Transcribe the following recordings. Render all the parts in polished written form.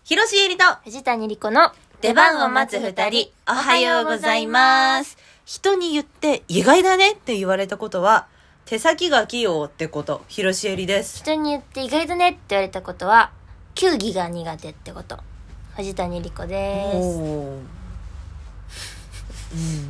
広瀬えりと藤谷莉子の出番を待つ二人、おはようございます。人に言って意外だねって言われたことは、手先が器用ってこと、広瀬えりです。 人に言って意外だねって言われたことは、球技が苦手ってこと、藤谷莉子です。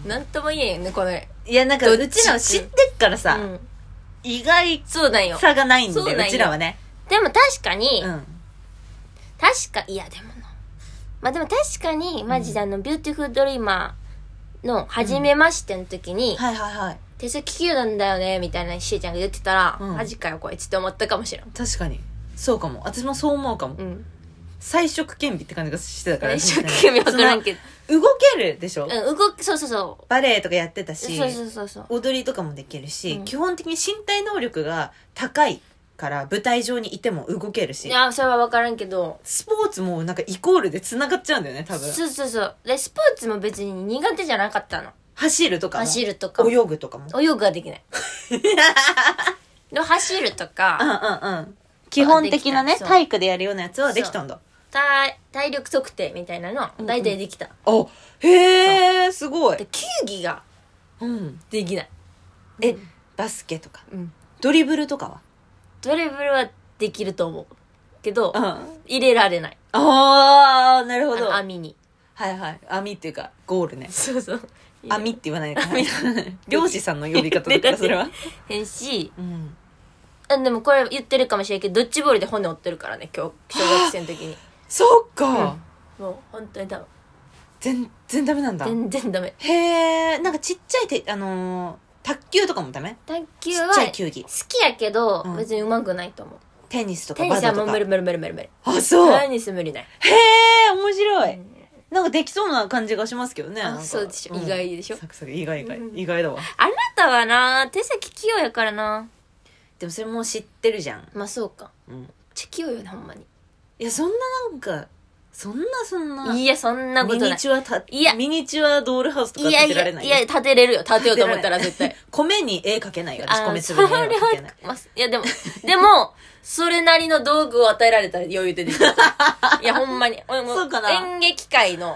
なんとも言えんよねこれ。 いやなんかうちらは知ってっからさ、意外さがないんで、うちらはね。 でも確かに、いやでもな、まあでも確かにマジでビューティフルドリーマーの初めましての時に、手先器用なんだよねみたいなしーちゃんが言ってたら、マジかよこいつって思ったかもしれん。 確かにそうかも。私もそう思うかも。彩色兼備って感じがしてたから、 彩色兼備分からんけど動けるでしょ。 そうバレエとかやってたし、 そう踊りとかもできるし、基本的に身体能力が高いから舞台上にいても動けるし。 いやそれは分からんけど、 スポーツもなんかイコールで繋がっちゃうんだよね多分。 そうでスポーツも別に苦手じゃなかったの。 走るとか泳ぐとかも。 泳ぐはできないでも走るとか基本的なね体育でやるようなやつはできたんだ。 体力測定みたいなの大体できた。 へえ、すごい。 で球技ができない。 バスケとかドリブルとかは？ ドリブルはできると思うけど、入れられない。 なるほど。 網に。 網っていうかゴールね。 そう網って言わないから漁師さんの呼び方だからそれは変し、でもこれ言ってるかもしれんけど、ドッジボールで骨折ってるからね今日小学生の時に。 そうか、 もう本当に多分全然ダメなんだ。 全然ダメ。 へえ。なんかちっちゃい卓球とかもダメ？卓球はちっちゃい球技好きやけど、別に上手くないと思う。 テニスとかバドとか。 テニスはもう無理。 そう。 テニス無理ない。 へえ、面白い。なんかできそうな感じがしますけどね。 そうでしょ、意外でしょ。 意外だわ。 あなたはな手先器用やからな。 でもそれもう知ってるじゃん。 まあそうか。ち器用よねほんまに。 いやそんななんかそんな。 いやそんなことない。 ミニチュアドールハウスとか建てられない？ いや建てれるよ。建てようと思ったら絶対。 米に絵描けないよ。私米粒に絵は描けない。 いやでもそれなりの道具を与えられたら余裕でできる。いやほんまに。 そうかな。 演劇界の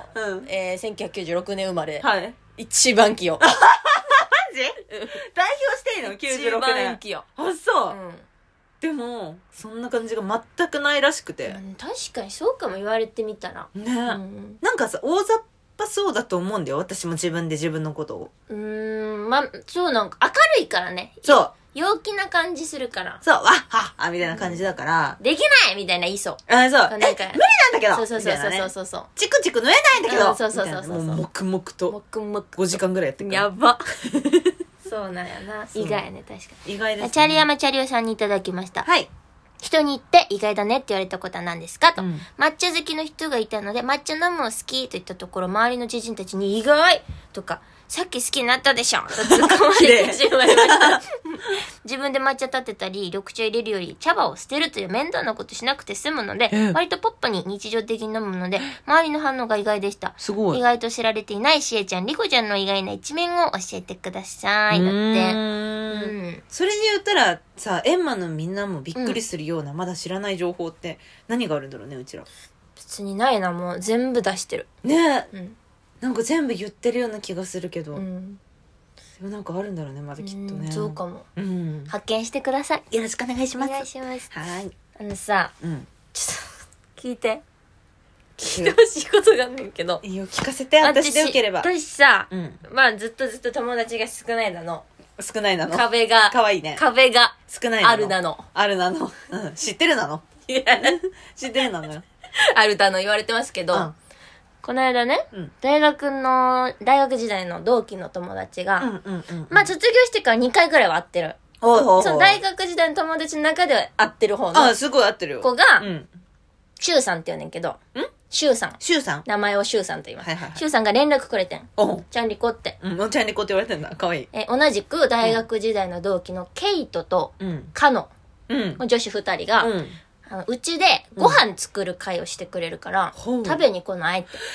1996年生まれ。一番器用。 マジ？代表していいの？96年。 一番器用。 そう。でもそんな感じが全くないらしくて。 確かにそうかも言われてみたらね。なんかさ大雑把そうだと思うんだよ私も自分で自分のことを。 まあそうなんか明るいからね。 そう陽気な感じするから。 そうわっはっみたいな感じだから、 できないみたいな言いそう。 そうなんか無理なんだけど。 そうチクチク縫えないんだけど。 そうもう黙々と5時間ぐらいやってるから。 やばそうなんやな。意外やね確かに。 意外ですね。 チャリヤマチャリオさんにいただきました。人に言って意外だねって言われたことは何ですかと、抹茶好きの人がいたので抹茶飲むの好きと言ったところ、周りの知人たちに意外とかさっき好きになったでしょと突っ込まれてしまいました自分で抹茶立てたり緑茶入れるより茶葉を捨てるという面倒なことしなくて済むので、割とポップに日常的に飲むので周りの反応が意外でした。 すごい。 意外と知られていないしえちゃん、りこちゃんの意外な一面を教えてください。だってそれで言ったらさ、エンマのみんなもびっくりするような、まだ知らない情報って何があるんだろうね。うちら別にないな。もう全部出してるね。なんか全部言ってるような気がするけど、でもなんかあるんだろうねまだきっとね。 そうかも。発見してください。 よろしくお願いします。 お願いします。 はい。 さ、ちょっと聞いてほしいことがあんねんけど。 いいよ聞かせて。私でよければ。 私さ、まあずっと友達が少ないなの。壁がかわいいね。 壁が少ないあるなの。 知ってるなの。知ってるなのよ。 あるだの言われてますけど、この間ね、大学時代の同期の友達が、まあ卒業してから2回ぐらいは会ってる。その大学時代の友達の中では会ってる方の。 すごい会ってるよ。 子が、シュウさんって言うねんけど、シュウさん。名前をシュウさんと言います。シュウさんが連絡くれてん。ちゃんりこって。 ちゃんりこって言われてんだ。かわいい。 同じく大学時代の同期のケイトとカノ、女子2人が、うちでご飯作る会をしてくれるから、食べに来ないって。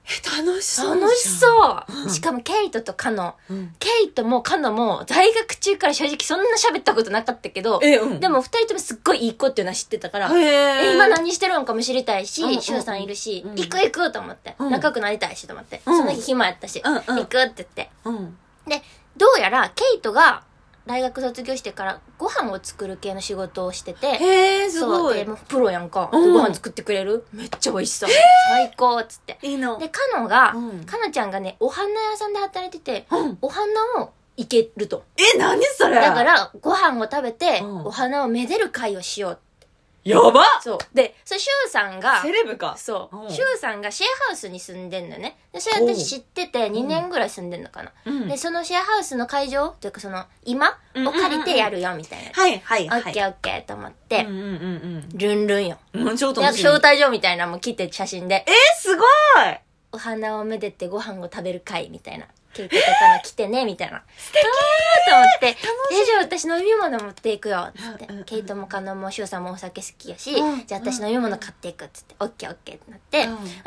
楽しそう。 楽しそう。しかもケイトとカノ。ケイトもカノも在学中から正直そんな喋ったことなかったけど、でも二人ともすっごいいい子っていうのは知ってたから、今何してるんかも知りたいし、シュウさんいるし、行くと思って、仲良くなりたいしと思って、その日暇やったし、行くって言って。で、どうやらケイトが大学卒業してからご飯を作る系の仕事をしてて、 へー、すごい。 そうでもうプロやんか、でご飯作ってくれる、めっちゃ美味しそう、最高っつって。 いいのでカノちゃんがねお花屋さんで働いてて、お花をいけると。 何それ。 だからご飯を食べて、お花をめでる会をしよう。 やば。 そうで、それシュウさんがセレブか。 そう、シュウさんがシェアハウスに住んでんのよね。でそれ私知ってて2年ぐらい住んでんのかな、でそのシェアハウスの会場というかその今を借りてやるよみたいな、 はいはいはい、 オッケーオッケーと思って、ルンルンよ、 ちょっと招待状みたいなのも来て写真で、 すごい。 お花をめでてご飯を食べる会みたいな、ケイトとかの来てねみたいな。素敵と思って、じゃあ私飲み物持っていくよっつって、ケイトもカノもシュウさんもお酒好きやし、じゃあ私飲み物買っていくっつって、オッケーオッケーってなって、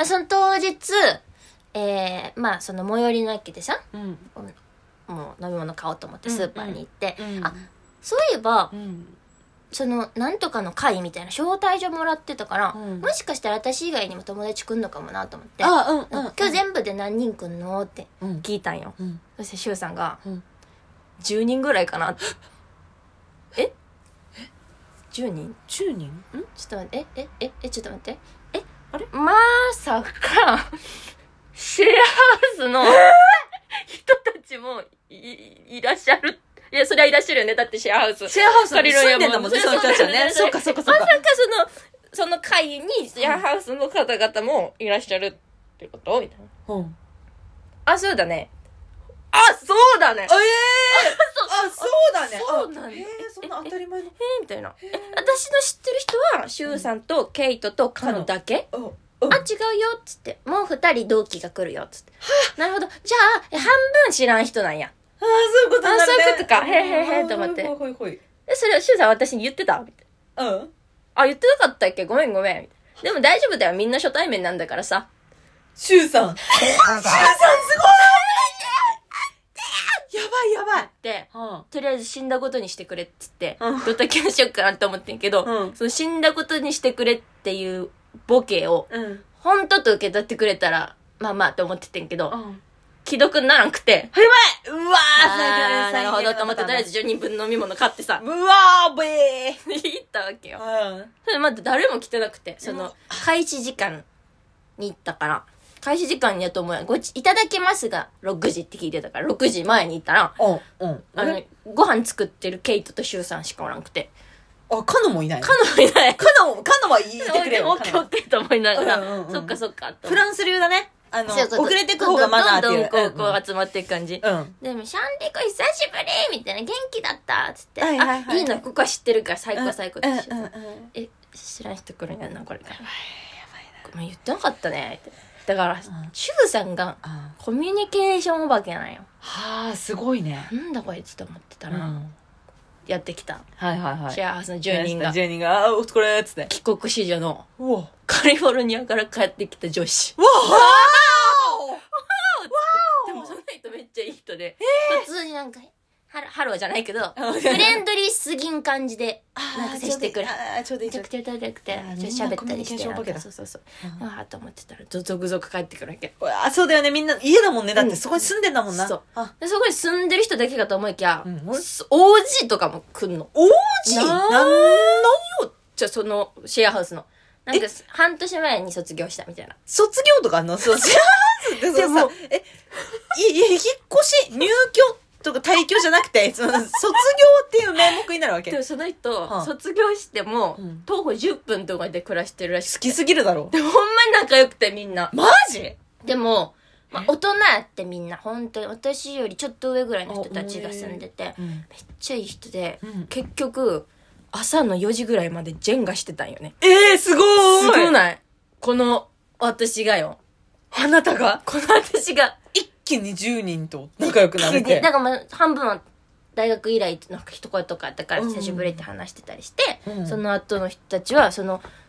その当日まあその最寄りの駅でさ、もう飲み物買おうと思ってスーパーに行って、あ、そういえば、そのなんとかの会みたいな招待状もらってたから、もしかしたら私以外にも友達来んのかもなと思って、今日全部で何人来んのって聞いたんよ、そしてシュウさんが、10人ぐらいかなって10人ちょっと待ってちょっと待ってあれまさかシェアハウスの人たちも いらっしゃる。いや、そりゃいらっしゃるよね。だってシェアハウス借りるんやもん。住んでんだもんね、その人たちはね。そっかそっかそっか。 まさかその会にシェアハウスの方々もいらっしゃるってことみたいな。あ、そうだね。そうだね。 そうだね。 そうなんだ。 そんな当たり前の。 みたいな。私の知ってる人は、シュウさんとケイトとカノだけ。違うよっつって。もう2人同期が来るよっつって。なるほど。じゃあ、半分知らん人なんや。 そういうことなんだね。 そういうことか。へと思って。それはシュウさん私に言ってたみたいな。言ってなかったっけ、ごめん。みたいな。でも大丈夫だよ。みんな初対面なんだからさ。 シュウさんすごい。やばいって、とりあえず死んだことにしてくれっつって、ドタキャンしよっかなって思ってんけど、その死んだことにしてくれっていうボケを、本当と受け取ってくれたら、まあまあって思っててんけど、既読にならんくて、 やばい。うわー、なるほどと思って、とりあえず10人分飲み物買ってさ、 うわーべー行ったわけよ。それまだ誰も来てなくて、その、開始時間に行ったから、開始時間やと思うやん。いただきますが6時って聞いてたから、6時前に行ったら、ご飯作ってるケイトとシュウさんしかおらんくて。 カノもいない。 カノはいてくれよ。 オッケーと思いながら、そっかそっか。 フランス流だね。遅れてく方がマナーっていう。 どんどんこう集まっていく感じ。でも、シャンリコ久しぶりみたいな、元気だったつって。いいの、ここは知ってるから最高って知らん人来るんやな、これから。やばいな。言ってなかったねって。だから、シュウさんがコミュニケーションお化けなんよ。 すごいね。 なんだこいつと思ってたら、やってきた。シェアハウスの10人が。 10人が、お疲れっつって。 帰国子女の、カリフォルニアから帰ってきた女子。でもその人めっちゃいい人で、普通になんか、ハローじゃないけど、フレンドリーすぎん感じで、なんか接してくれ。 ちょうどいい。 ちょっと喋ったりして、そう。と思ってたら、続々帰ってくるわけ。 そうだよね、みんな家だもんね。だってそこに住んでんだもんな。 そう。で、そこに住んでる人だけかと思いきや、OG とかも来んの。 OG？ なんのよ、その、シェアハウスの。なんか、半年前に卒業したみたいな。 卒業とかあんの？シェアハウスってさ、引っ越し、入居とか退去じゃなくて、卒業っていう名目になるわけ。 でもその人、卒業しても、徒歩10分とかで暮らしてるらしくて。 好きすぎるだろ。 でもほんまに仲良くてみんな。 マジ？ でも、大人やってみんな、本当に私よりちょっと上ぐらいの人たちが住んでて、めっちゃいい人で、結局、朝の4時ぐらいまでジェンガしてたんよね。 すごーい。 すごない？この私がよ。 あなたが？ この私が。 一気に10人と仲良くなれて。 なんかまあ、半分は大学以来なんか一声とかやったから久しぶりって話してたりして、その後の人たちは、その、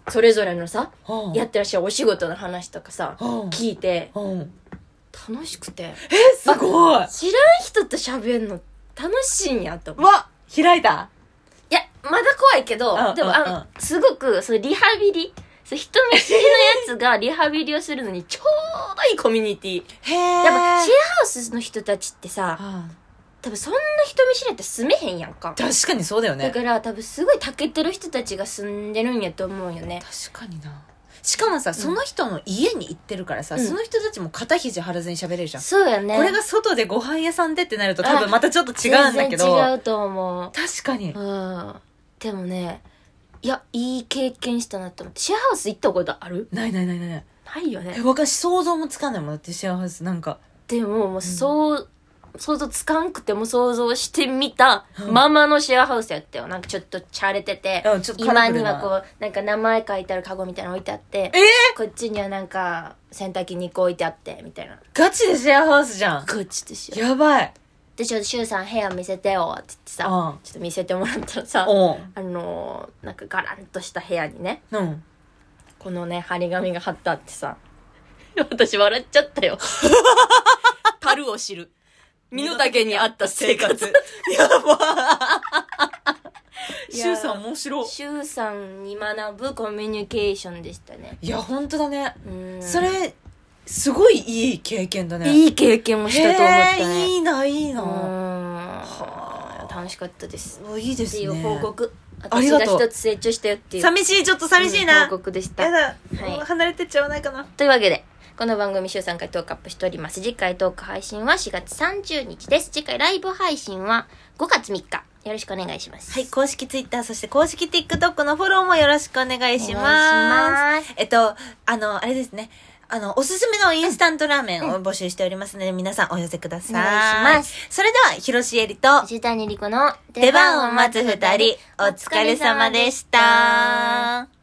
それぞれのさ、 うんやってらっしゃるお仕事の話とかさ、 うん聞いて、 うん楽しくて。 すごい。 知らん人と喋るの楽しいんやと思う。 わ、開いた。 いや、まだ怖いけど、でも、すごく、そのリハビリ、人見知りのやつがリハビリをするのにちょうどいいコミュニティ。 へやっぱ、シェアハウスの人たちってさ、 あ多分そんな人見知りって住めへんやんか。 確かにそうだよね。 だから多分すごい長けてる人たちが住んでるんやと思うよね。 確かにな。しかもさ、その人の家に行ってるからさ、その人たちも肩肘張らずに喋れるじゃん。 そうやね。 これが外でご飯屋さんでってなると多分またちょっと違うんだけど。 全然違うと思う。 確かに。 でもね、いや、いい経験したなって思って。シェアハウス行ったことある？ ない。 ないよね。 私想像もつかないもん。だってシェアハウスなんか。 でも、もう想像つかんくても想像してみたままのシェアハウスやったよ。なんかちょっとチャレてて、今にはこう、なんか名前書いてあるカゴみたいなの置いてあって、こっちにはなんか洗濯機2個置いてあって、みたいな。 ガチでシェアハウスじゃん。 ガチでシェア。 やばい。 で、ちょっとシュウさん部屋見せてよって言ってさ、ちょっと見せてもらったらさ、なんかガランとした部屋にね、このね、張り紙が貼ってあってさ、私笑っちゃったよ。樽を知る。身の丈に合った生活。 やばい。シュウさん面白い。 シュウさんに学ぶコミュニケーションでしたね。 いや、ほんとだね。それ、すごいいい経験だね。 いい経験をしたと思ったね。 いいな。 楽しかったです。 いいですね。 っていう報告。私が一つ成長したよっていう。 ちょっと寂しいな。 報告でした。 やだ。離れてっちゃわないかな。 というわけで、この番組週3回トークアップしております。次回トーク配信は4月30日です。次回ライブ配信は5月3日。よろしくお願いします。 はい、公式 Twitter、そして公式 TikTok のフォローもよろしくお願いします。 お願いします。あれですね。おすすめのインスタントラーメンを募集しておりますので、皆さんお寄せください。 お願いします。 それでは、広瀬えりと、 藤谷莉子の出番を待つ二人、お疲れ様でした。